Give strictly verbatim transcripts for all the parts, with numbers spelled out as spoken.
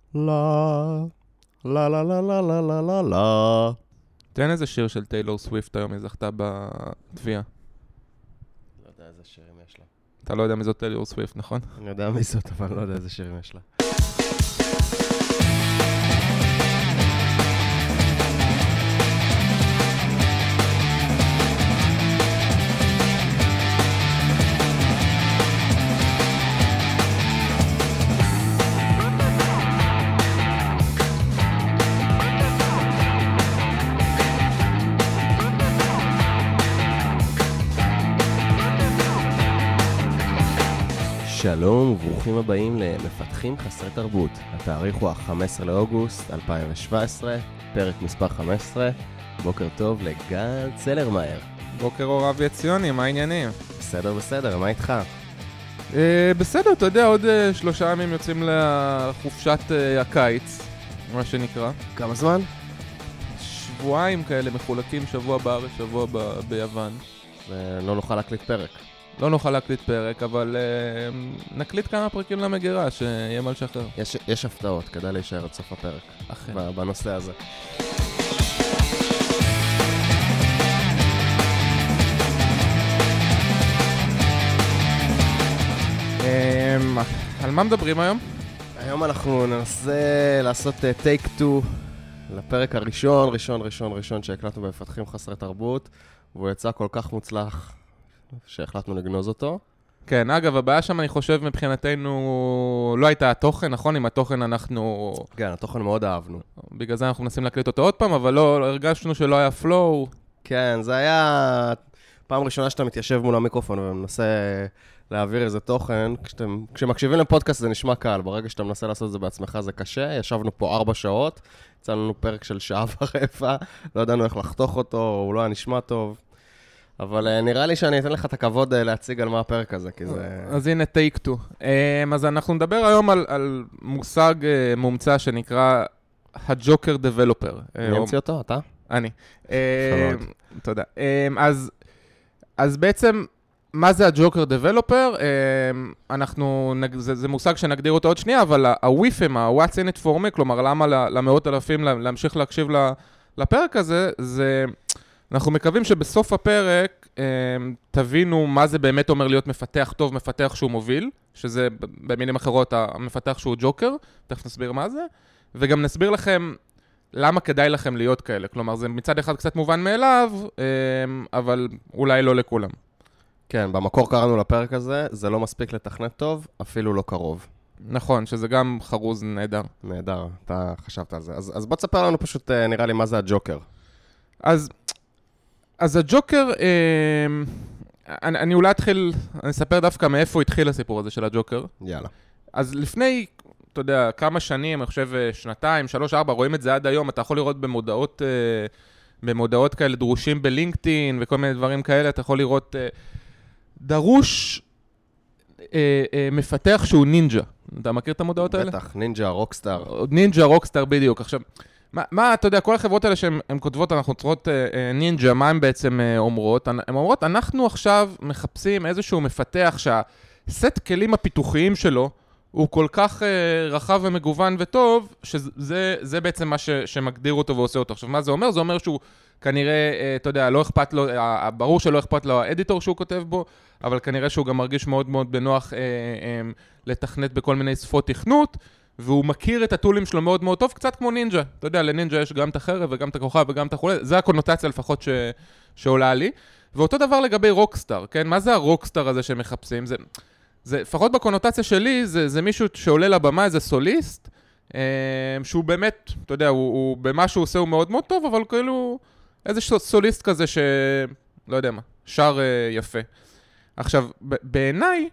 לה, לה לה לה לה לה לה לה לה. תן איזה שיר של טיילור סוויפט היום, היא זכתה בתביעה. לא יודע איזה שירים יש לה. אתה לא יודע מי זאת טיילור סוויפט, נכון? אני יודע מי זאת, אבל לא יודע איזה שירים יש לה. שלום וברוכים הבאים למפתחים חסרי תרבות. התאריך הוא ה-חמישה עשר לאוגוסט אלפיים שבע עשרה, פרק מספר חמש עשרה. בוקר טוב לגל צלרמייר. בוקר אור אבי עציוני, מה העניינים? בסדר בסדר, מה איתך? אה, בסדר, אתה יודע, עוד אה, שלושה ימים יוצאים לחופשת אה, הקיץ, מה שנקרא. כמה זמן? שבועיים כאלה מחולקים, שבוע בארץ, שבוע ב- ביוון. ולא נוכל להקליט פרק. לא נוכל להקליט פרק, אבל אה, נקליט כמה פרקים למגירה, שיהיה מה לשחרר. יש, יש הפתעות, כדאי להישאר עד סוף הפרק. אכן. בנושא הזה. אה, על מה מדברים היום? היום אנחנו ננסה לעשות טייק טו לפרק הראשון, ראשון, ראשון, ראשון שהקלטנו במפתחים חסרי תרבות, והוא יצא כל כך מוצלח שהחלטנו לגנוז אותו. כן, אגב, הבעיה שם, אני חושב, מבחינתנו, לא הייתה התוכן, נכון? עם התוכן אנחנו... כן, התוכן מאוד אהבנו. בגלל זה אנחנו מנסים להקליט אותו עוד פעם, אבל לא, הרגשנו שלא היה פלואו. כן, זה היה פעם ראשונה שאתה מתיישב מול המיקרופון ומנסה להעביר איזה תוכן. כשאתם, כשמקשיבים לפודקאסט זה נשמע קל, ברגע שאתה מנסה לעשות את זה בעצמך זה קשה. ישבנו פה ארבע שעות, יצא לנו פרק של שעה ורבע, לא ידענו איך לחתוך אותו, הוא לא היה נשמע טוב. אבל נראה לי שאני אתן לך את הכבוד להציג על מה הפרק הזה, כי זה... אז הנה, טייק טו. אז אנחנו נדבר היום על, על מושג מומצא שנקרא הג'וקר דבלופר. אני אמציא אותו, אתה? אני. תודה. אז, אז בעצם, מה זה הג'וקר דבלופר? אנחנו, זה, זה מושג שנגדיר אותו עוד שנייה, אבל הוויפים, ה-What's in it for me, כלומר, למה למאות אלפים להמשיך להקשיב לפרק הזה, זה... אנחנו מקווים שבסוף הפרק אה, תבינו מה זה באמת אומר להיות מפתח טוב, מפתח שהוא מוביל, שזה במילים אחרות המפתח שהוא ג'וקר, תכף נסביר מה זה, וגם נסביר לכם למה כדאי לכם להיות כאלה. כלומר, זה מצד אחד קצת מובן מאליו, אה, אבל אולי לא לכולם. כן, במקור קראנו לפרק הזה, זה לא מספיק לתכנת טוב, אפילו לא קרוב. נכון, שזה גם חרוז נהדר. נהדר, אתה חשבת על זה. אז, אז בוא תספר לנו פשוט, נראה לי, מה זה הג'וקר. אז... אז הג'וקר, אה, אני, אני אולי אתחיל, אני אספר דווקא מאיפה התחיל הסיפור הזה של הג'וקר. יאללה. אז לפני, אתה יודע, כמה שנים, אני חושב שנתיים, שלוש, ארבע, רואים את זה עד היום, אתה יכול לראות במודעות, אה, במודעות כאלה דרושים בלינקדאין וכל מיני דברים כאלה, אתה יכול לראות אה, דרוש אה, אה, מפתח שהוא נינג'ה. אתה מכיר את המודעות האלה? בטח, נינג'ה, רוקסטאר. נינג'ה, רוקסטאר, בדיוק. עכשיו, מה, מה, אתה יודע, כל החברות האלה שהן כותבות, אנחנו צריכות אה, נינג'ה, מה הן בעצם אה, אומרות? הן אומרות, אנחנו עכשיו מחפשים איזשהו מפתח שהסט כלים הפיתוחיים שלו הוא כל כך אה, רחב ומגוון וטוב, שזה זה בעצם מה ש, שמגדיר אותו ועושה אותו. עכשיו, מה זה אומר? זה אומר שהוא כנראה, אה, אתה יודע, לא אכפת לו, אה, ברור שלא אכפת לו האדיטור שהוא כותב בו, אבל כנראה שהוא גם מרגיש מאוד מאוד בנוח אה, אה, לתכנת בכל מיני שפות תכנות, והוא מכיר את הטולים שלו מאוד מאוד טוב, קצת כמו נינג'ה. אתה יודע, לנינג'ה יש גם את החרב וגם את הכוכב וגם את החולה. זה הקונוטציה לפחות ש... שעולה לי. ואותו דבר לגבי רוקסטאר, כן? מה זה הרוקסטאר הזה שמחפשים? זה, זה, לפחות בקונוטציה שלי, זה, זה מישהו שעולה לבמה, איזה סוליסט, אה, שהוא באמת, אתה יודע, הוא, הוא, במה שהוא עושה הוא מאוד מאוד טוב, אבל כאילו, איזה סוליסט כזה ש... לא יודע מה, שר אה, יפה. עכשיו, ב- בעיניי,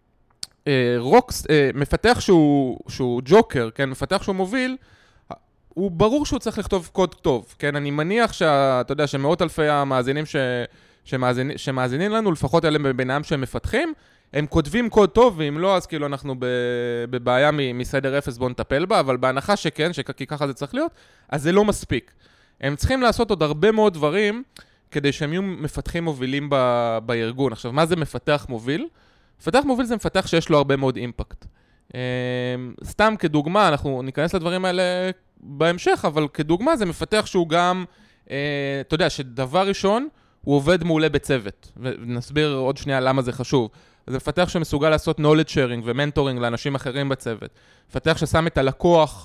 רוקס, מפתח שהוא, שהוא ג'וקר, כן, מפתח שהוא מוביל, הוא ברור שהוא צריך לכתוב קוד טוב, כן, אני מניח שאתה יודע שמאות אלפי המאזינים ש, שמאזינים, שמאזינים לנו, לפחות אלה ביניהם שהם מפתחים, הם כותבים קוד טוב, ואם לא, אז כאילו אנחנו בבעיה מסדר אפס, בוא נטפל בה, אבל בהנחה שכן, שכי ככה זה צריך להיות, אז זה לא מספיק. הם צריכים לעשות עוד הרבה מאוד דברים, כדי שהם יהיו מפתחים מובילים ב, בארגון. עכשיו, מה זה מפתח מוביל? מפתח מוביל זה מפתח שיש לו הרבה מאוד אימפקט. סתם כדוגמה, אנחנו ניכנס לדברים האלה בהמשך, אבל כדוגמה זה מפתח שהוא גם, אתה יודע, שדבר ראשון, הוא עובד מעולה בצוות, ונסביר עוד שנייה למה זה חשוב. זה מפתח שמסוגל לעשות knowledge sharing ומנטורינג לאנשים אחרים בצוות. מפתח ששם את הלקוח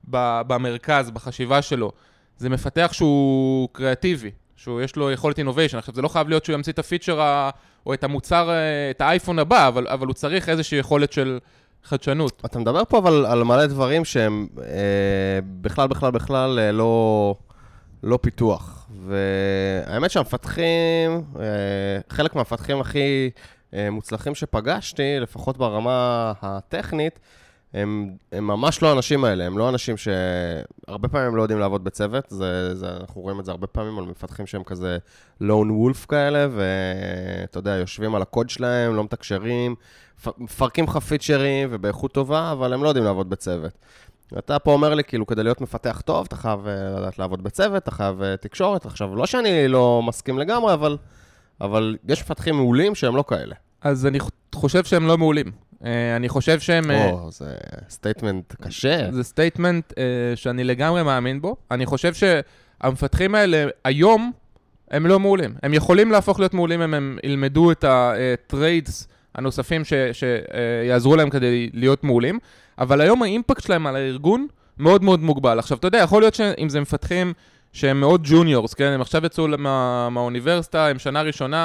במרכז, בחשיבה שלו. זה מפתח שהוא קריאטיבי, שיש לו יכולת innovation. עכשיו, זה לא חייב להיות שהוא ימציא את הפיצ'ר או את המוצר, את האייפון הבא, אבל, אבל הוא צריך איזושהי יכולת של חדשנות. אתה מדבר פה אבל על מלא דברים שהם אה, בכלל, בכלל, בכלל אה, לא, לא פיתוח. והאמת שהמפתחים, אה, חלק מהמפתחים הכי אה, מוצלחים שפגשתי, לפחות ברמה הטכנית, הם, הם ממש לא האנשים האלה, הם לא אנשים שהרבה פעמים הם לא יודעים לעבוד בצוות, זה, זה, אנחנו רואים את זה הרבה פעמים על מפתחים שהם כזה lone wolf כאלה, ואתה יודע, יושבים על הקוד שלהם, לא מתקשרים, מפרקים לך פיצ'רים ובאיכות טובה, אבל הם לא יודעים לעבוד בצוות. אתה פה אומר לי, כאילו, כדי להיות מפתח טוב, אתה חייב לדעת לעבוד בצוות, אתה חייב תקשורת. עכשיו, לא שאני לא מסכים לגמרי, אבל, אבל יש מפתחים מעולים שהם לא כאלה. אז אני חושב שהם לא מעולים. אני חושב שהם... או, זה סטייטמנט קשה. זה סטייטמנט שאני לגמרי מאמין בו. אני חושב שהמפתחים האלה היום הם לא מעולים. הם יכולים להפוך להיות מעולים אם הם ילמדו את הטריידס הנוספים ש, שיעזרו להם כדי להיות מעולים, אבל היום האימפקט שלהם על הארגון מאוד מאוד מוגבל. עכשיו, אתה יודע, יכול להיות שאם זה מפתחים שהם מאוד ג'וניורס, כן? הם עכשיו יצאו מה, מהאוניברסיטה, הם שנה ראשונה,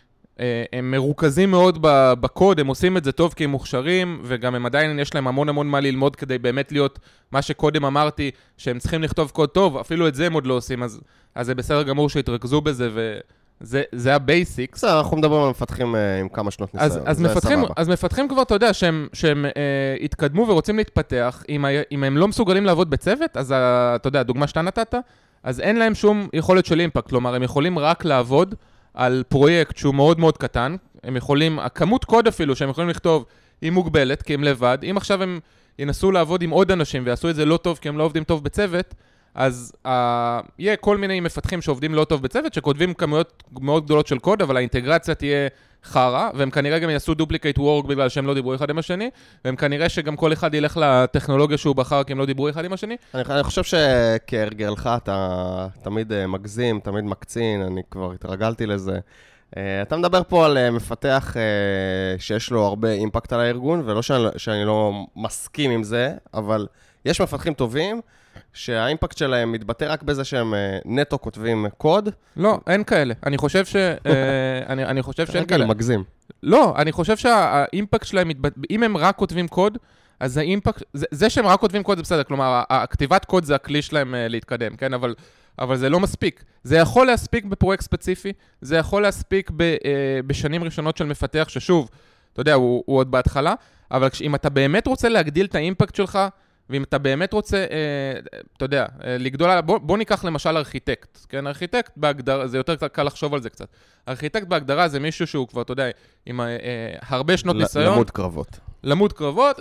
הם מרוכזים מאוד בקוד, הם עושים את זה טוב כי הם מוכשרים, וגם הם עדיין יש להם המון המון מה ללמוד כדי באמת להיות מה שקודם אמרתי, שהם צריכים לכתוב קוד טוב, אפילו את זה הם עוד לא עושים, אז, אז זה בסדר גמור שהתרכזו בזה, וזה זה הבייסיקס. בסדר, אנחנו מדברים על מפתחים עם כמה שנות ניסיון. אז, אז, מפתחים, אז מפתחים כבר, אתה יודע, שהם, שהם אה, התקדמו ורוצים להתפתח, אם, אם הם לא מסוגלים לעבוד בצוות, אז אתה יודע, הדוגמה שאתה נתת, אז אין להם שום יכולת של אימפקט, כלומר, הם יכולים רק לעבוד על פרויקט שהוא מאוד מאוד קטן, הם יכולים, הכמות קוד אפילו שהם יכולים לכתוב היא מוגבלת, כי הם לבד, אם עכשיו הם ינסו לעבוד עם עוד אנשים ויעשו את זה לא טוב כי הם לא עובדים טוב בצוות, אז uh, יהיה כל מיני מפתחים שעובדים לא טוב בצוות, שכותבים כמויות מאוד גדולות של קוד, אבל האינטגרציה תהיה חרה, והם כנראה גם יעשו duplicate work בגלל שהם לא דיברו אחד עם השני, והם כנראה שגם כל אחד ילך לטכנולוגיה שהוא בחר, כי הם לא דיברו אחד עם השני. אני, אני חושב שכהרגלך אתה תמיד uh, מגזים, תמיד מקצין, אני כבר התרגלתי לזה. Uh, אתה מדבר פה על uh, מפתח uh, שיש לו הרבה אימפקט על הארגון, ולא שאני, שאני לא מסכים עם זה, אבל יש מפתחים טובים, שהאימפקט שלהם מתבטא רק בזה שהם נטו כותבים קוד. לא, אין כאלה. אני חושב ש... אני, אני חושב שאין כאלה. מגזים. לא, אני חושב שהאימפקט שלהם מתבטא... אם הם רק כותבים קוד, אז האימפקט... זה, זה שהם רק כותבים קוד זה בסדר. כלומר, הכתיבת קוד זה הכלי שלהם להתקדם, כן? אבל, אבל זה לא מספיק. זה יכול להספיק בפרויקט ספציפי, זה יכול להספיק ב, בשנים ראשונות של מפתח, ששוב, אתה יודע, הוא, הוא עוד בהתחלה, אבל אם אתה באמת רוצה להגדיל את האימפקט שלך, ואם אתה באמת רוצה, אה, אתה יודע, אה, לגדול על... בוא, בוא ניקח למשל ארכיטקט, כן? ארכיטקט בהגדרה, זה יותר קל לחשוב על זה קצת. ארכיטקט בהגדרה זה מישהו שהוא כבר, אתה יודע, עם אה, הרבה שנות ניסיון. למוד קרבות. למוד קרבות,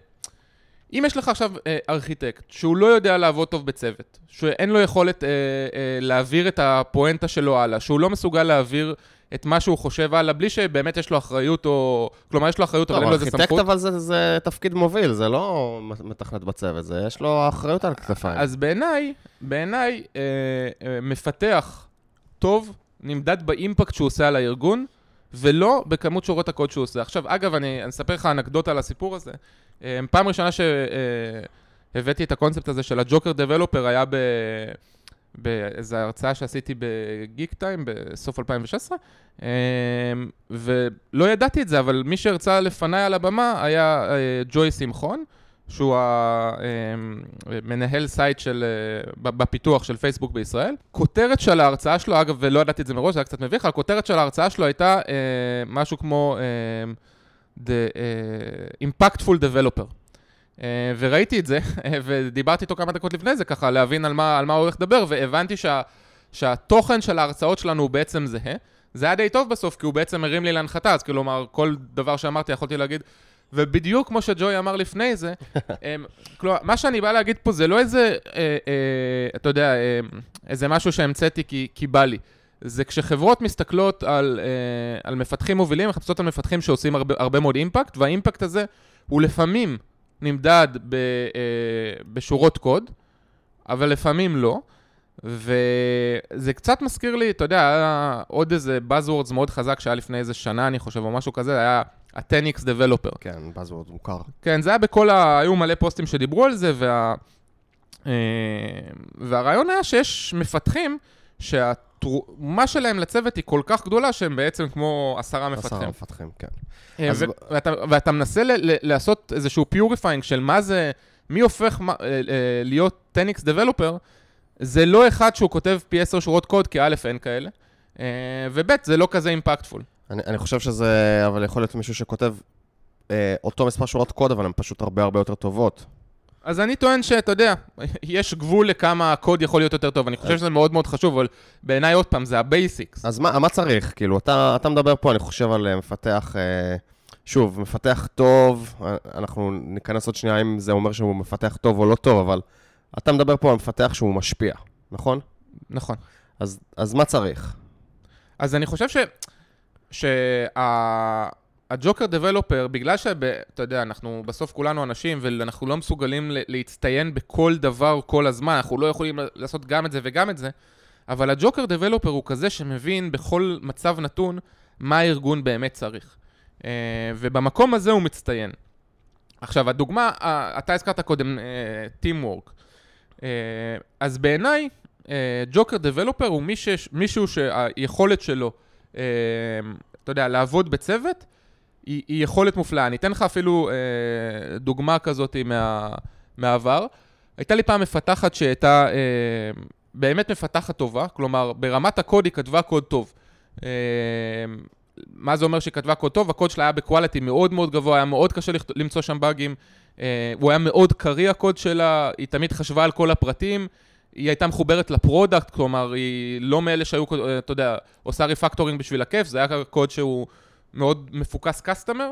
ואם יש לך עכשיו אה, ארכיטקט שהוא לא יודע לעבוד טוב בצוות, שאין לו יכולת אה, אה, להעביר את הפואנטה שלו הלאה, שהוא לא מסוגל להעביר את מה שהוא חושב הלאה, בלי שבאמת יש לו אחריות, או... כלומר, יש לו אחריות, אבל אין לו איזה סמכות. ארכיטקט, אבל זה, זה תפקיד מוביל, זה לא מתכנת בצוות, זה יש לו אחריות על כתפיים. אז בעיניי, בעיניי, אה, אה, מפתח טוב, נמדד באימפקט שהוא עושה על הארגון, ולא בכמות שורות הקוד שהוא עושה. עכשיו, אגב, אני, אני אספר לך אנקדוטה על הסיפור הזה. אה, פעם ראשונה שהבאתי את הקונספט הזה של הג'וקר דבלופר, היה ב... באיזו הרצאה שעשיתי בגיק טיים בסוף אלפיים ושש עשרה, ולא ידעתי את זה, אבל מי שהרצה לפניי על הבמה היה ג'וי שמחון, שהוא המנהל סייט של, בפיתוח של פייסבוק בישראל. כותרת של ההרצאה שלו, אגב, ולא ידעתי את זה מראש, זה היה קצת מביך, הכותרת של ההרצאה שלו הייתה משהו כמו The Impactful Developer. וראיתי את זה, ודיברתי איתו כמה דקות לפני זה, ככה להבין על מה, על מה הוא הולך לדבר, והבנתי שה, שהתוכן של ההרצאות שלנו הוא בעצם זהה. זה היה די טוב בסוף, כי הוא בעצם הרים לי להנחתה, אז כלומר, כל דבר שאמרתי יכולתי להגיד, ובדיוק כמו שג'וי אמר לפני זה, כלומר, מה שאני בא להגיד פה זה לא איזה, אה, אה, אתה יודע, אה, איזה משהו שהמצאתי כי, כי בא לי. זה כשחברות מסתכלות על, אה, על מפתחים מובילים, מחפשות על מפתחים שעושים הרבה, הרבה מאוד אימפקט, והאימפקט הזה הוא לפעמים נמדד ב, אה, בשורות קוד, אבל לפעמים לא, וזה קצת מזכיר לי, אתה יודע, היה עוד איזה Buzzwords מאוד חזק שהיה לפני איזה שנה, אני חושב, או משהו כזה, היה ה-טן אקס Developer. כן, Buzzwords מוכר. כן, זה היה בכל ה... היו מלא פוסטים שדיברו על זה, וה... והרעיון היה שיש מפתחים שהתרומה שלהם לצוות היא כל כך גדולה, שהם בעצם כמו עשרה מפתחים. עשרה מפתחים, כן. ו... ואתה, ואתה מנסה ל... לעשות איזשהו פיוריפיינג של מה זה, מי הופך מה... להיות טן אקס Developer, זה לא אחד שהוא כותב פי עשר שורות קוד, כי א' אין כאלה, וב' זה לא כזה אימפקטפול. אני, אני חושב שזה, אבל יכול להיות מישהו שכותב אה, אותו מספר שורות קוד, אבל הן פשוט הרבה הרבה יותר טובות. אז אני טוען שאתה יודע, יש גבול לכמה הקוד יכול להיות יותר טוב, אני חושב שזה מאוד מאוד חשוב, אבל בעיניי עוד פעם, זה הבייסיקס. אז מה, מה צריך? כאילו, אתה, אתה מדבר פה, אני חושב על מפתח, אה, שוב, מפתח טוב, אנחנו ניכנס עוד שנייה אם זה אומר שהוא מפתח טוב או לא טוב, אבל אתה מדבר פה על מפתח שהוא משפיע, נכון? נכון. אז, אז מה צריך? אז אני חושב ש... שהג'וקר דבלופר, בגלל שאתה יודע, אנחנו בסוף כולנו אנשים, ואנחנו לא מסוגלים להצטיין בכל דבר כל הזמן, אנחנו לא יכולים לעשות גם את זה וגם את זה, אבל הג'וקר דבלופר הוא כזה שמבין בכל מצב נתון מה הארגון באמת צריך. ובמקום הזה הוא מצטיין. עכשיו, הדוגמה, אתה הזכרת קודם, Teamwork. אז בעיניי, ג'וקר דבלופר הוא מישהו שהיכולת שלו, אתה יודע, לעבוד בצוות, היא, היא יכולת מופלאה. אני אתן לך אפילו אה, דוגמה כזאת מה, מהעבר. הייתה לי פעם מפתחת שהייתה אה, באמת מפתחת טובה, כלומר, ברמת הקוד היא כתבה קוד טוב. אה, מה זה אומר שהיא כתבה קוד טוב? הקוד שלה היה בקואליטי מאוד מאוד גבוה, היה מאוד קשה למצוא שם באגים, אה, הוא היה מאוד קרי הקוד שלה, היא תמיד חשבה על כל הפרטים, היא הייתה מחוברת לפרודקט, כלומר, היא לא מאלה שהיו, אתה יודע, עושה ריפקטורינג בשביל הכיף, זה היה קוד שהוא מאוד מפוקס קסטומר,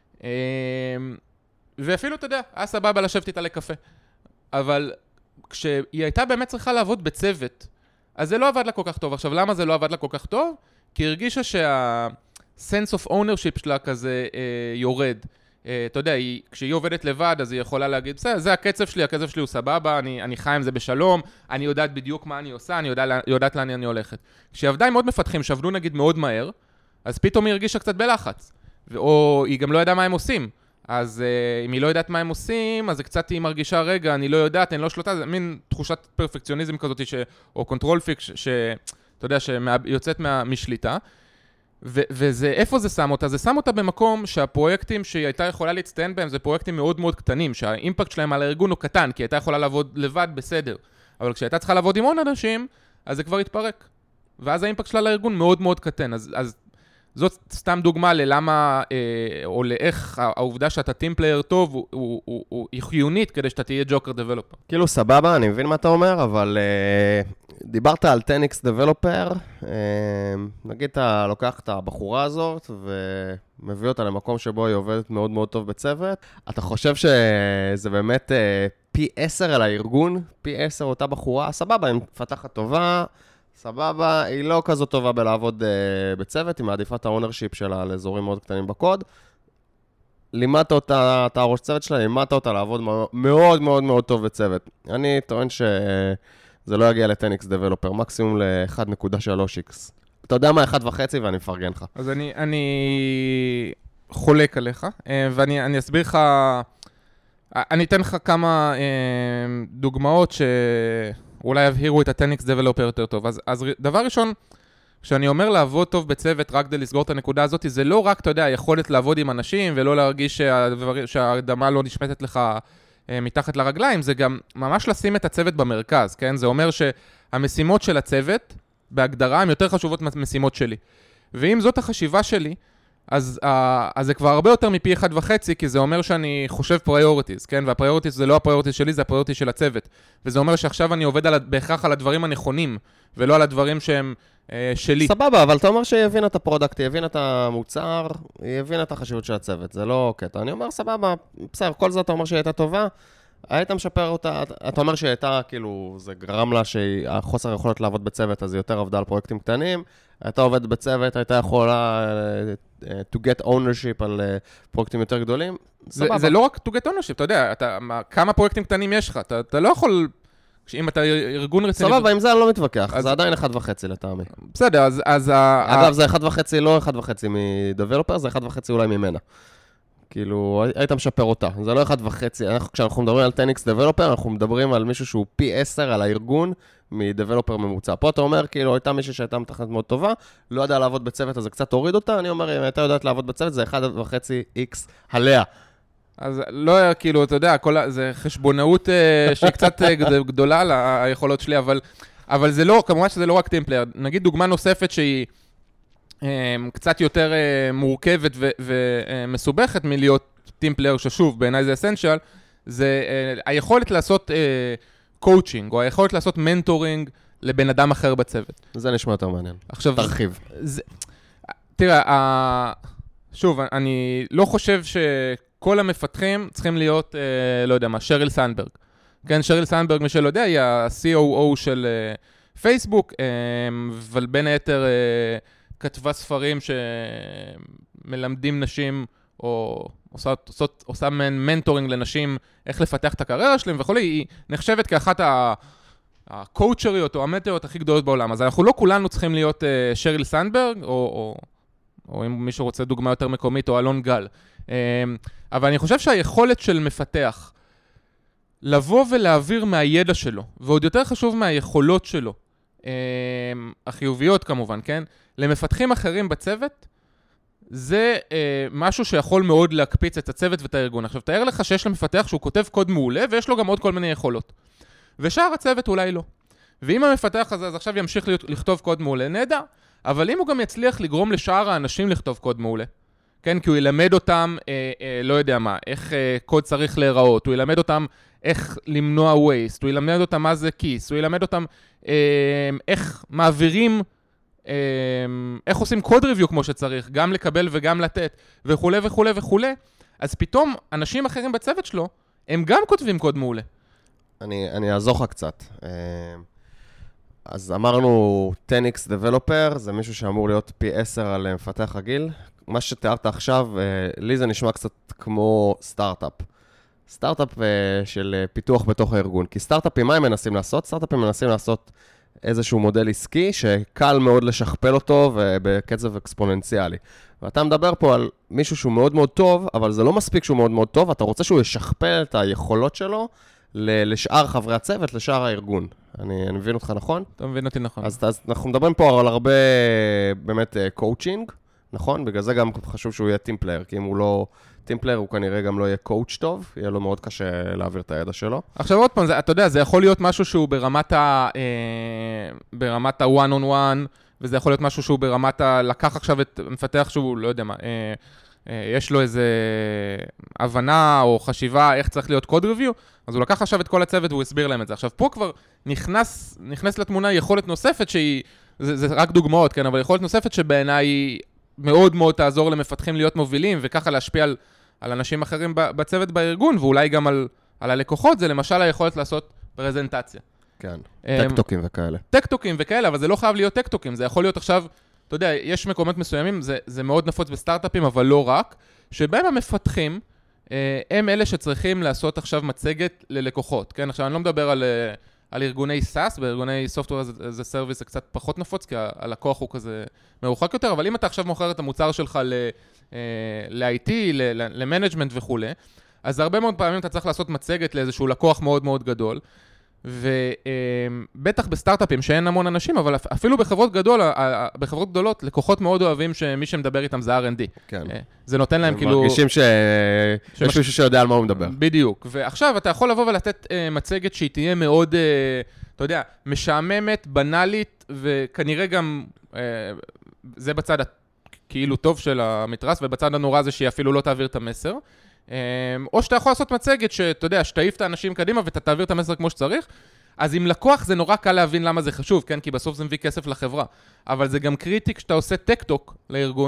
ואפילו, אתה יודע, היה סבבה לשבת איתה לקפה. אבל כשהיא הייתה באמת צריכה לעבוד בצוות, אז זה לא עבד לה כל כך טוב. עכשיו, למה זה לא עבד לה כל כך טוב? כי היא הרגישה שה-sense of ownership שלה כזה יורד. אתה יודע, היא, כשהיא עובדת לבד, אז היא יכולה להגיד, זה, זה הקצב שלי, הקצב שלי הוא סבבה, אני, אני חי עם זה בשלום, אני יודעת בדיוק מה אני עושה, אני יודע, יודעת לאן אני הולכת. כשהיא עבדה עם עוד מפתחים שעבדו נגיד מאוד מהר, אז פתאום היא הרגישה קצת בלחץ, או היא גם לא ידעה מה הם עושים. אז uh, אם היא לא יודעת מה הם עושים, אז קצת היא מרגישה, רגע, אני לא יודעת, אני לא שלוטה, זה מין תחושת פרפקציוניזם כזאת, ש, או קונטרול פיק, שאתה יודע, שיוצאת מה, משליטה. ו- וזה, איפה זה שם אותה? זה שם אותה במקום שהפרויקטים שהיא הייתה יכולה להצטיין בהם, זה פרויקטים מאוד מאוד קטנים, שהאימפקט שלהם על הארגון הוא קטן, כי היא הייתה יכולה לעבוד לבד בסדר. אבל כשהייתה צריכה לעבוד עם עוד אנשים, אז זה כבר התפרק. ואז האימפקט שלה לארגון מאוד מאוד קטן. אז, אז זאת סתם דוגמה ללמה, אה, או לאיך העובדה שאתה טים פלייר טוב, הוא, הוא, הוא, הוא, היא חיונית כדי שאתה תהיה ג'וקר דבלופר. כאילו סבבה, אני מבין מה אתה אומר, אבל אה, דיברת על טן אקס Developer, אה, נגיד אתה לוקח את הבחורה הזאת ומביא אותה למקום שבו היא עובדת מאוד מאוד טוב בצוות, אתה חושב שזה באמת אה, פי עשר על הארגון, פי עשר אותה בחורה, סבבה, היא מפתחת טובה, סבבה, היא לא כזו טובה בלעבוד uh, בצוות, היא מעדיפה את האונרשיפ שלה לאזורים מאוד קטנים בקוד. לימדת אותה, אתה הראש צוות שלה, לימדת אותה לעבוד מאוד מאוד מאוד טוב בצוות. אני טוען שזה לא יגיע ל-טן אקס Developer, מקסימום ל-אחת נקודה שלוש אקס. אתה יודע מה, אחת וחצי ואני מפרגן לך. אז אני, אני חולק עליך, ואני אני אסביר לך, אני אתן לך כמה דוגמאות ש... אולי יבהירו את ה-טן אקס Developer יותר טוב. אז, אז דבר ראשון, כשאני אומר לעבוד טוב בצוות רק כדי לסגור את הנקודה הזאת, זה לא רק, אתה יודע, היכולת לעבוד עם אנשים, ולא להרגיש שהדבר, שהאדמה לא נשמטת לך אה, מתחת לרגליים, זה גם ממש לשים את הצוות במרכז, כן? זה אומר שהמשימות של הצוות, בהגדרה, הן יותר חשובות מהמשימות שלי. ואם זאת החשיבה שלי, אז, אז זה כבר הרבה יותר מפי אחד וחצי, כי זה אומר שאני חושב פריוריטיז, כן? והפריוריטיז זה לא הפריוריטיז שלי, זה הפריוריטיז של הצוות. וזה אומר שעכשיו אני עובד על, בהכרח על הדברים הנכונים, ולא על הדברים שהם אה, שלי. סבבה, אבל אתה אומר שהיא הבינה את הפרודקט, היא הבינה את המוצר, היא הבינה את החשיבות של הצוות. זה לא קטע. אני אומר, סבבה, בסדר, כל זה אתה אומר שהיא הייתה טובה, היית משפר אותה, אתה אומר שהייתה, כאילו, זה גרם לה שהחוסר יכולת לעבוד בצוות, אז היא יותר עבדה על פרויקטים קטנים, הייתה עובדת בצוות, הייתה יכולה uh, to get ownership על uh, פרויקטים יותר גדולים, זה, זה לא רק to get ownership, אתה יודע, אתה, מה, כמה פרויקטים קטנים יש לך, אתה, אתה לא יכול, אם אתה ארגון רציני... סבבה, עם זה אני לא מתווכח, אז זה עדיין אחד וחצי לטעמי. בסדר, אז... אז אגב, זה אחד וחצי, לא אחד וחצי מדבלופר, זה אחד וחצי אולי ממנה. כאילו, היית משפר אותה. זה לא אחד וחצי. אנחנו, כשאנחנו מדברים על טן אקס דבלופר, אנחנו מדברים על מישהו שהוא פי עשר על הארגון מדבלופר ממוצע. פה אתה אומר, כאילו, הייתה מישהו שהייתה מתכנת מאוד טובה, לא יודע לעבוד בצוות, אז זה קצת הוריד אותה. אני אומר, אם הייתה יודעת לעבוד בצוות, זה אחד וחצי איקס עליה. אז לא, כאילו, אתה יודע, כל, זה חשבונאות שהיא קצת גדולה על היכולות שלי, אבל, אבל זה לא, כמובן שזה לא רק טימפלייר. נגיד דוגמה נוספת שהיא קצת יותר מורכבת ומסובכת מלהיות טימפלייר, ששוב, בעיניי זה אסנשיאל, זה היכולת לעשות קואוצ'ינג, או היכולת לעשות מנטורינג לבן אדם אחר בצוות. זה נשמע יותר מעניין. עכשיו, תרחיב. זה, תראה, שוב, אני לא חושב ש... כל המפתחים צריכים להיות, אה, לא יודע מה, שריל סנדברג. כן, שריל סנדברג, מי שלא יודע, היא ה-סי או או של אה, פייסבוק, אה, אבל בין היתר אה, כתבה ספרים שמלמדים נשים, או עושה, עושה, עושה מנטורינג לנשים, איך לפתח את הקריירה שלהם וכו'. היא נחשבת כאחת הקואוצ'ריות או המנטוריות הכי גדולות בעולם. אז אנחנו לא כולנו צריכים להיות אה, שריל סנדברג, או, או, או אם מישהו רוצה דוגמה יותר מקומית, או אלון גל. אבל אני חושב שהיכולת של מפתח לבוא ולהעביר מהידע שלו, ועוד יותר חשוב מהיכולות שלו, החיוביות כמובן, כן? למפתחים אחרים בצוות, זה משהו שיכול מאוד להקפיץ את הצוות ואת הארגון. עכשיו, תאר לך שיש למפתח שהוא כותב קוד מעולה, ויש לו גם עוד כל מיני יכולות. ושאר הצוות אולי לא. ואם המפתח הזה אז עכשיו ימשיך לכתוב קוד מעולה, נהדר. אבל אם הוא גם יצליח לגרום לשאר האנשים לכתוב קוד מעולה, כן, כי הוא ילמד אותם, אה, אה, לא יודע מה, איך אה, קוד צריך להיראות, הוא ילמד אותם איך למנוע waste, הוא ילמד אותם מה זה כיס, הוא ילמד אותם אה, איך מעבירים, אה, איך עושים קוד ריוויו כמו שצריך, גם לקבל וגם לתת, וכו' וכו' וכו'. אז פתאום אנשים אחרים בצוות שלו, הם גם כותבים קוד מעולה. אני, אני אעזור לך קצת. אז אמרנו, טן אקס Developer, זה מישהו שאמור להיות פי עשר על מפתח רגיל. מה שתיארת עכשיו, לי זה נשמע קצת כמו סטארט-אפ. סטארט-אפ של פיתוח בתוך הארגון. כי סטארט-אפים, מה הם מנסים לעשות? סטארט-אפים מנסים לעשות איזשהו מודל עסקי שקל מאוד לשכפל אותו ובקצב אקספוננציאלי. ואתה מדבר פה על מישהו שהוא מאוד מאוד טוב, אבל זה לא מספיק שהוא מאוד מאוד טוב, אתה רוצה שהוא ישכפל את היכולות שלו לשאר חברי הצוות, לשאר הארגון. אני, אני מבין אותך נכון? אתה מבין אותי נכון. אז, אז אנחנו מדברים פה על הרבה באמת קואוצ'ינג, נכון? בגלל זה גם חשוב שהוא יהיה טימפלייר, כי אם הוא לא טימפלייר, הוא כנראה גם לא יהיה קואוצ' טוב, יהיה לו מאוד קשה להעביר את הידע שלו. עכשיו עוד פעם, זה, אתה יודע, זה יכול להיות משהו שהוא ברמת ה... אה, ברמת ה-one on one, וזה יכול להיות משהו שהוא ברמת ה... לקח עכשיו את מפתח שהוא, לא יודע מה, אה, אה, יש לו איזה הבנה או חשיבה איך צריך להיות קוד ריוויו, אז הוא לקח עכשיו את כל הצוות והוא הסביר להם את זה. עכשיו פה כבר נכנס, נכנס לתמונה יכולת נוספת שהיא, זה, זה רק דוגמאות, כן, אבל יכולת נוספת שבעיניי היא מאוד מאוד תעזור למפתחים להיות מובילים, וככה להשפיע על, על אנשים אחרים בצוות בארגון, ואולי גם על, על הלקוחות, זה למשל היכולת לעשות פרזנטציה. כן, טק-טוקים וכאלה. טק-טוקים וכאלה, אבל זה לא חייב להיות טק-טוקים, זה יכול להיות עכשיו, אתה יודע, יש מקומות מסוימים, זה, זה מאוד נפוץ בסטארט-אפים, אבל לא רק, שבהם המפתחים, הם אלה שצריכים לעשות עכשיו מצגת ללקוחות, כן? עכשיו, אני לא מדבר על, על ארגוני סאס, בארגוני Software as a Service זה קצת פחות נפוץ, כי הלקוח הוא כזה מרוחק יותר, אבל אם אתה עכשיו מוכר את המוצר שלך ל-איי טי, ל-Management וכו', אז הרבה מאוד פעמים אתה צריך לעשות מצגת לאיזשהו לקוח מאוד מאוד גדול, ובטח בסטארט-אפים שאין המון אנשים, אבל אפילו בחברות גדול, בחברות גדולות, לקוחות מאוד אוהבים שמי שמדבר איתם זה אר אנד די. כן. זה נותן להם כאילו... מרגישים שיש מישהו שיודע על מה הוא מדבר. בדיוק. ועכשיו אתה יכול לבוא ולתת מצגת שהיא תהיה מאוד, אתה יודע, משעממת, בנאלית, וכנראה גם, זה בצד כאילו טוב של המתרס, ובצד הנורא זה שהיא אפילו לא תעביר את המסר. או שאתה יכול לעשות מצגת שאתה יודע, שתעיף את האנשים קדימה ואתה תעביר את המסר כמו שצריך, אז עם לקוח זה נורא קל להבין למה זה חשוב, כן? כי בסוף זה מביא כסף לחברה. אבל זה גם קריטי כשאתה עושה טק-טוק לארגון,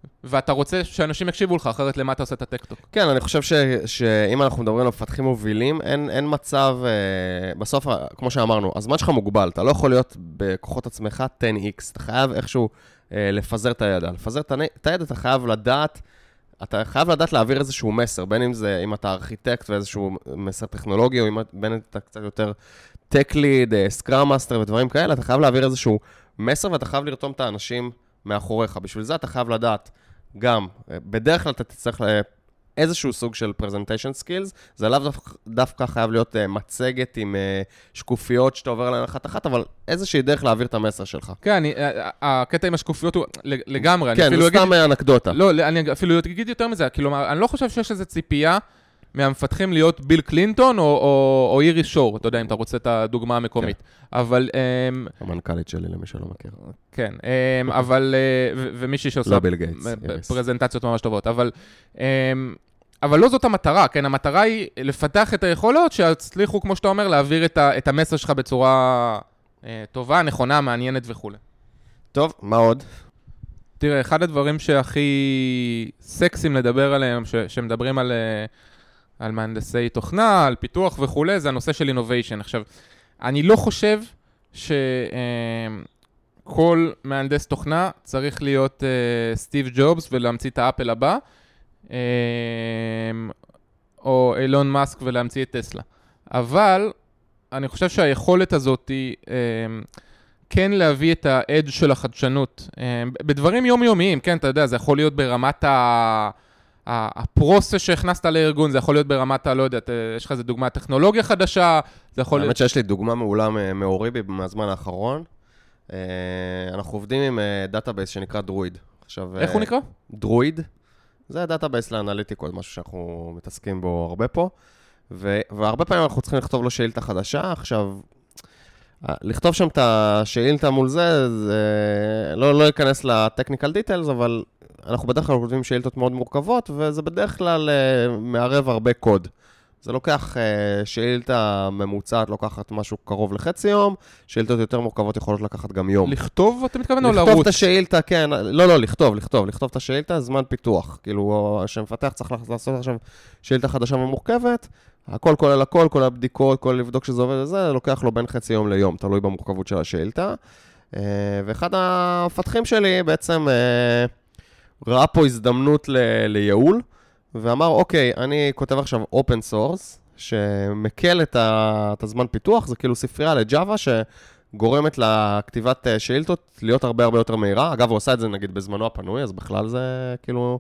ואתה רוצה שאנשים יקשיבו לך, אחרת למה אתה עושה את הטק-טוק. כן, אני חושב ש, שאם אנחנו מדברים על מפתחים מובילים, אין, אין מצב, אה, בסוף, כמו שאמרנו, הזמן שלך מוגבל, אתה לא יכול להיות בכוחות עצמך עשר אקס, אתה חייב איכשהו אה, לפזר את הידע. לפזר את הידע, אתה חייב לדעת, אתה חייב לדעת להעביר איזשהו מסר, בין אם זה, אם אתה ארכיטקט ואיזשהו מסר טכנולוגי, או אם, בין אם אתה קצת יותר טק ליד, סקראם מאסטר ודברים כאלה, אתה חייב להעביר איזשהו מסר, ואתה חייב לרתום את האנשים מאחוריך. בשביל זה אתה חייב לדעת גם, בדרך כלל אתה תצטרך איזשהו סוג של presentation skills, זה לאו דווקא חייב להיות מצגת עם שקופיות שאתה עובר עליהן אחת אחת, אבל איזושהי דרך להעביר את המסר שלך. כן, הקטע עם השקופיות הוא לגמרי. כן, זה סתם אנקדוטה. לא, אני אפילו אגיד יותר מזה, כלומר, אני לא חושב שיש איזו ציפייה מהמפתחים להיות ביל קלינטון או איריס שור, אתה יודע, אם אתה רוצה את הדוגמה המקומית. אבל... המנכ"לית שלי, למי שלא מכיר. כן, אבל... ומישהי שעושה... לא ביל גייטס. פרזנטציות ממש טובות, אבל... אבל לא זאת המטרה, כן? המטרה היא לפתח את היכולות שיצליחו, כמו שאתה אומר, להעביר את המסר שלך בצורה טובה, נכונה, מעניינת וכו'. טוב, מה עוד? תראה, אחד הדברים שהכי סקסים לדבר עליהם, שמדברים על... על מהנדסי תוכנה, על פיתוח וכו', זה הנושא של innovation. עכשיו, אני לא חושב שכל מהנדס תוכנה צריך להיות סטיב ג'ובס ולהמציא את האפל הבא, או אילון מאסק ולהמציא את טסלה. אבל אני חושב שהיכולת הזאת היא כן להביא את האדג' של החדשנות. בדברים יומיומיים, כן, אתה יודע, זה יכול להיות ברמת ה... הפרוסס שהכנסת לארגון, זה יכול להיות ברמת, לא יודע, יש לך איזה דוגמה טכנולוגיה חדשה, זה יכול להיות... האמת שיש לי דוגמה מעולה מאוריבי מהזמן האחרון. אנחנו עובדים עם דאטאבייס שנקרא דרויד. איך הוא נקרא? דרויד. זה דאטאבייס לאנליטיקות, משהו שאנחנו מתעסקים בו הרבה פה. והרבה פעמים אנחנו צריכים לכתוב לו שאילתה חדשה. עכשיו, לכתוב שם את השאילתה מול זה, זה לא, לא ייכנס לטכניקל דיטלס, אבל אנחנו בדרך כלל כותבים שאילתות מאוד מורכבות, וזה בדרך כלל מערב הרבה קוד. זה לוקח שאילתה ממוצעת, לוקחת משהו קרוב לחצי יום, שאילתות יותר מורכבות יכולות לקחת גם יום. לכתוב, אתה מתכוון או לרוץ? לכתוב את השאילתה, כן, לא, לא, לכתוב, לכתוב, לכתוב את השאילתה, זמן פיתוח. כאילו, שמפתח צריך לעשות עכשיו שאילתה חדשה ומורכבת, הכל כולל הכל, כל הבדיקות, כל לבדוק שזה עובד וזה, לוקח לו בין חצי יום ליום, תלוי במורכבות של השאילתה. ואחד המפתחים שלי בעצם ראה פה הזדמנות לייעול, ואמר, אוקיי, אני כותב עכשיו אופן סורס, שמקל את הזמן פיתוח, זה כאילו ספרייה לג'אווה, שגורמת לכתיבת שאילתות להיות הרבה הרבה יותר מהירה. אגב, הוא עושה את זה נגיד בזמנו הפנוי, אז בכלל זה כאילו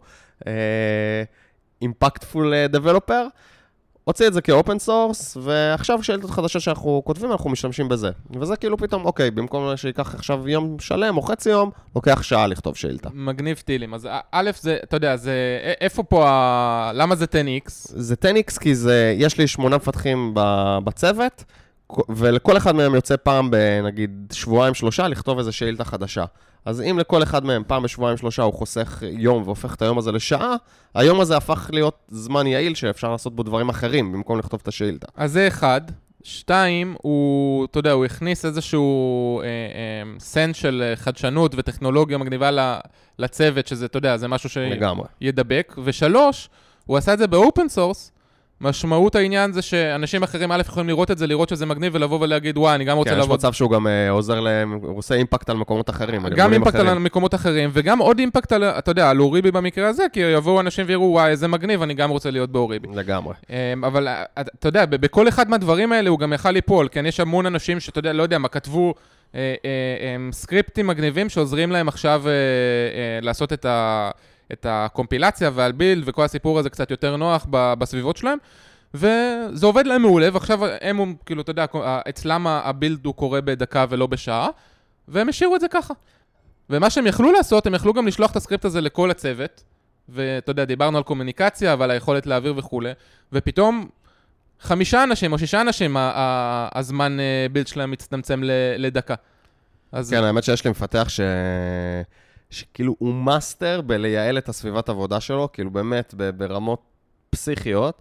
אימפקטפול דבלופר. הוציא את זה כאופן סורס, ועכשיו שאילתות חדשות שאנחנו כותבים, אנחנו משתמשים בזה. וזה כאילו פתאום, אוקיי, במקום שיקח עכשיו יום שלם או חצי יום, לוקח שעה לכתוב שאילתה. מגניב טילים. אז א', זה, אתה יודע, זה, איפה פה, ה... למה זה עשר אקס? זה עשר אקס כי זה, יש לי שמונה מפתחים בצוות, ולכל אחד מהם יוצא פעם בנגיד שבועיים שלושה לכתוב איזו שאילתה חדשה. אז אם לכל אחד מהם פעם בשבועיים שלושה הוא חוסך יום והופך את היום הזה לשעה, היום הזה הפך להיות זמן יעיל שאפשר לעשות בו דברים אחרים במקום לכתוב את השאילתה. אז זה אחד. שתיים, הוא, אתה יודע, הוא הכניס איזשהו אה, אה, סנס של חדשנות וטכנולוגיה מגניבה לצוות, שזה, אתה יודע, זה משהו שידבק. ושלוש, הוא עשה את זה באופן סורס, משמעות העניין זה שאנשים אחרים א' יכולים לראות את זה, לראות שזה מגניב ולבוא ולהגיד, וואי, אני גם רוצה לעבוד. כן, יש מצב שהוא גם עוזר להם, הוא עושה אימפקט על מקומות אחרים. גם אימפקט על מקומות אחרים, וגם עוד אימפקט על, אתה יודע, על אוריבי במקרה הזה, כי יבואו אנשים ויראו, וואי, איזה מגניב, אני גם רוצה להיות באוריבי. לגמרי. אבל, אתה יודע, בכל אחד מהדברים האלה הוא גם יכל ליפול, כן, יש המון אנשים שאתה יודע, לא יודע, מה כתבו סקריפטים מגניבים שעוזרים להם עכשיו לעשות את ה... את הקומפילציה והבילד וכל הסיפור הזה קצת יותר נוח בסביבות שלהם, וזה עובד להם מעולה, ועכשיו הם, כאילו, אתה יודע, אצלם הבילד הוא קורה בדקה ולא בשעה, והם השאירו את זה ככה. ומה שהם יכלו לעשות, הם יכלו גם לשלוח את הסקריפט הזה לכל הצוות, ואתה יודע, דיברנו על קומוניקציה, ועל היכולת להעביר וכו', ופתאום חמישה אנשים או שישה אנשים, הזמן בילד שלהם מצטמצם לדקה. כן, האמת שיש לי מפתח ש... שכאילו הוא מאסטר בלייעל את הסביבת עבודה שלו, כאילו באמת ברמות פסיכיות,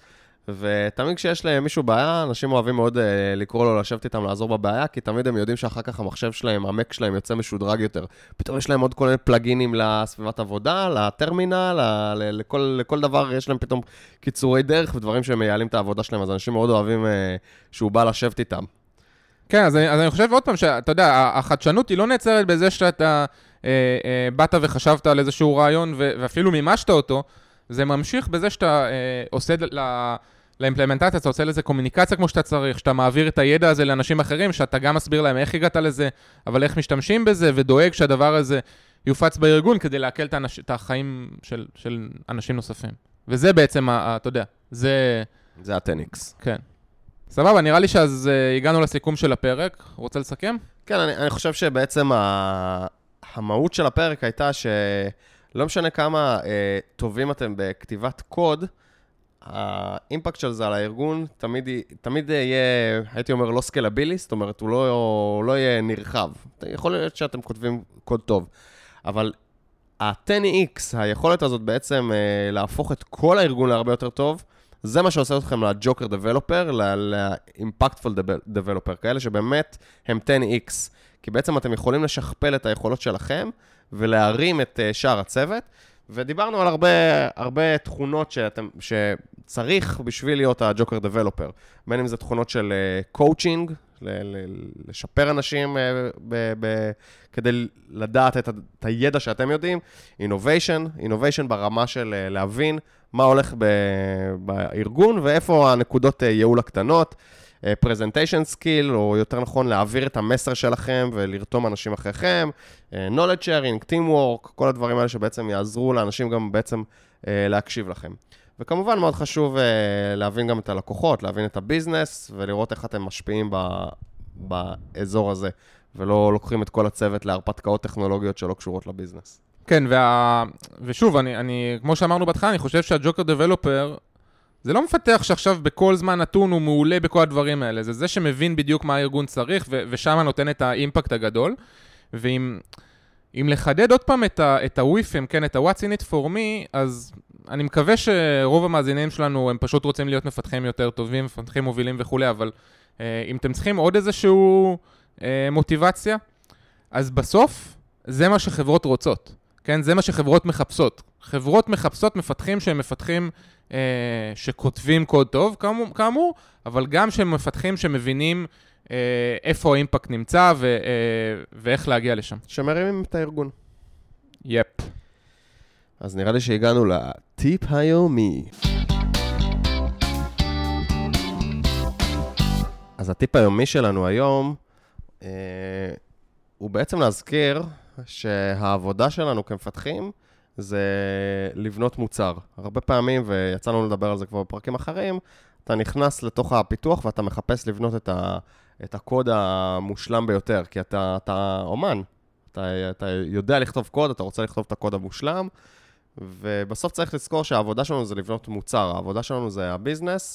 ותמיד כשיש למישהו בעיה, אנשים אוהבים מאוד uh, לקרוא לו לשבת איתם לעזור בבעיה, כי תמיד הם יודעים שאחר כך המחשב שלהם, המק שלהם יוצא משודרג יותר. פתאום יש להם עוד כל מיני פלאגינים לסביבת עבודה, לטרמינל, ל- ל- לכל, לכל דבר יש להם פתאום קיצורי דרך ודברים שהם מייעלים את העבודה שלהם, אז אנשים מאוד אוהבים uh, שהוא בא לשבת איתם. כן, אז אני, אז אני חושב עוד פעם שאתה יודע, החדשנות היא לא נעצרת בזה שאתה אה, אה, באת וחשבת על איזשהו רעיון ו- ואפילו מימשת אותו, זה ממשיך בזה שאתה אה, עושה ל- לאימפלמנטציה, אתה עושה לזה קומוניקציה כמו שאתה צריך, שאתה מעביר את הידע הזה לאנשים אחרים, שאתה גם מסביר להם איך הגעת לזה, אבל איך משתמשים בזה, ודואג שהדבר הזה יופץ בארגון כדי להקל את, האנש... את החיים של, של אנשים נוספים. וזה בעצם, ה- אתה יודע, זה... זה ה-טן אקס. כן. סבבה, נראה לי שאז uh, הגענו לסיכום של הפרק. רוצה לסכם? כן, אני, אני חושב שבעצם ה... המהות של הפרק הייתה שלא משנה כמה אה, טובים אתם בכתיבת קוד, האימפקט של זה על הארגון תמיד, תמיד יהיה, הייתי אומר, לא סקלבילי, זאת אומרת, הוא לא, הוא לא יהיה נרחב. יכול להיות שאתם כותבים קוד טוב, אבל ה-טן אקס, היכולת הזאת בעצם אה, להפוך את כל הארגון להרבה יותר טוב, זה מה שעושה אתכם לג'וקר דבלופר, לאימפקטפול דבלופר, כאלה שבאמת הם טן אקס, כי בעצם אתם יכולים לשכפל את היכולות שלכם, ולהרים את שאר הצוות, ודיברנו על הרבה, הרבה תכונות שאתם, שצריך בשביל להיות הג'וקר דבלופר, בין אם זה תכונות של קואוצ'ינג, לשפר אנשים ב, ב, כדי לדעת את, את הידע שאתם יודעים, innovation, innovation ברמה של להבין מה הולך ב, בארגון ואיפה הנקודות ייעול הקטנות, presentation skill, או יותר נכון להעביר את המסר שלכם ולרתום אנשים אחריכם, knowledge sharing, teamwork, כל הדברים האלה שבעצם יעזרו לאנשים גם בעצם להקשיב לכם. וכמובן מאוד חשוב להבין גם את הלקוחות, להבין את הביזנס ולראות איך אתם משפיעים ב, באזור הזה, ולא לוקחים את כל הצוות להרפתקאות טכנולוגיות שלא קשורות לביזנס. כן, וה... ושוב, אני, אני, כמו שאמרנו בהתחלה, אני חושב שהג'וקר דבלופר, זה לא מפתח שעכשיו בכל זמן נתון הוא מעולה בכל הדברים האלה, זה זה שמבין בדיוק מה הארגון צריך, ו- ושם נותן את האימפקט הגדול, ואם אם לחדד עוד פעם את, ה- את הוויפים, כן, את ה-What's in it for me, אז אני מקווה שרוב המאזינים שלנו, הם פשוט רוצים להיות מפתחים יותר טובים, מפתחים מובילים וכו', אבל אה, אם אתם צריכים עוד איזשהו אה, מוטיבציה, אז בסוף זה מה שחברות רוצות, כן, זה מה שחברות מחפשות. חברות מחפשות מפתחים שהם מפתחים אה, שכותבים קוד טוב, כאמור, כאמור, אבל גם שהם מפתחים שמבינים אה, איפה האימפקט נמצא ו, אה, ואיך להגיע לשם. שמרימים את הארגון. יפ. אז נראה לי שהגענו לטיפ היומי. אז הטיפ היומי שלנו היום, אה, הוא בעצם להזכיר שהעבודה שלנו כמפתחים, זה לבנות מוצר. הרבה פעמים, ויצא לנו לדבר על זה כבר בפרקים אחרים, אתה נכנס לתוך הפיתוח ואתה מחפש לבנות את, ה, את הקוד המושלם ביותר, כי אתה, אתה אומן, אתה, אתה יודע לכתוב קוד, אתה רוצה לכתוב את הקוד המושלם, ובסוף צריך לזכור שהעבודה שלנו זה לבנות מוצר, העבודה שלנו זה הביזנס,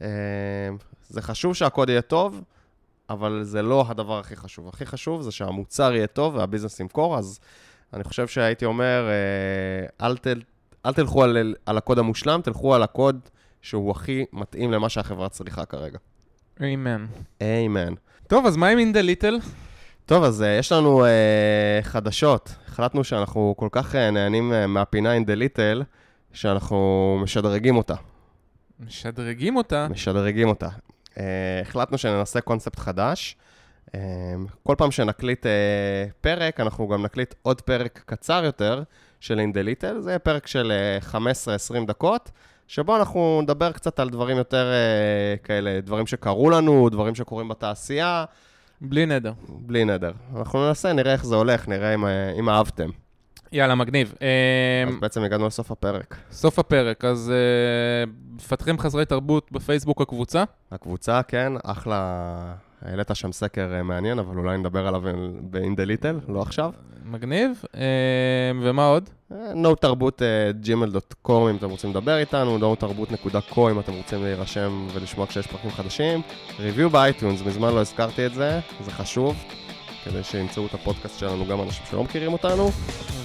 זה חשוב שהקוד יהיה טוב, אבל זה לא הדבר הכי חשוב. הכי חשוב זה שהמוצר יהיה טוב והביזנס ימכור, אז אני חושב שהייתי אומר, אל, תל, אל תלכו על, על הקוד המושלם, תלכו על הקוד שהוא הכי מתאים למה שהחברה צריכה כרגע. אמן. אמן. טוב, אז מה עם In the Little? טוב, אז יש לנו uh, חדשות. החלטנו שאנחנו כל כך uh, נהנים uh, מהפינה In the Little, שאנחנו משדרגים אותה. משדרגים אותה? משדרגים אותה. Uh, החלטנו שננסה קונספט חדש. Uh, כל פעם שנקליט uh, פרק, אנחנו גם נקליט עוד פרק קצר יותר של In the Little. זה יהיה פרק של uh, חמש עשרה עשרים דקות, שבו אנחנו נדבר קצת על דברים יותר uh, כאלה, דברים שקרו לנו, דברים שקורים בתעשייה. בלי נדר. בלי נדר. אנחנו ננסה, נראה איך זה הולך, נראה אם, אם אהבתם. יאללה, מגניב. אז בעצם הגענו לסוף הפרק. סוף הפרק, אז מפתחים חסרי תרבות בפייסבוק הקבוצה? הקבוצה, כן, אחלה. העלית שם סקר מעניין, אבל אולי נדבר עליו ב-In the Little, לא עכשיו. מגניב. ומה עוד? נו תרבות ג'ימייל דוט קום אם אתם רוצים לדבר איתנו, נו תרבות נקודה קו אם אתם רוצים להירשם ולשמוע כשיש פרקים חדשים. ריוויו באייטיונס, מזמן לא הזכרתי את זה, זה חשוב, כדי שימצאו את הפודקאסט שלנו גם אנשים שלא מכירים אותנו.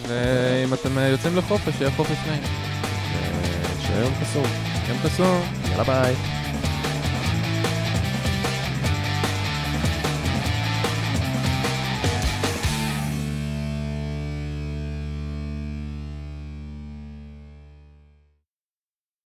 ואם אתם יוצאים לחופש, שיהיה חופש נעים. שיהיה יום קסום. יום קסום. יאללה ביי.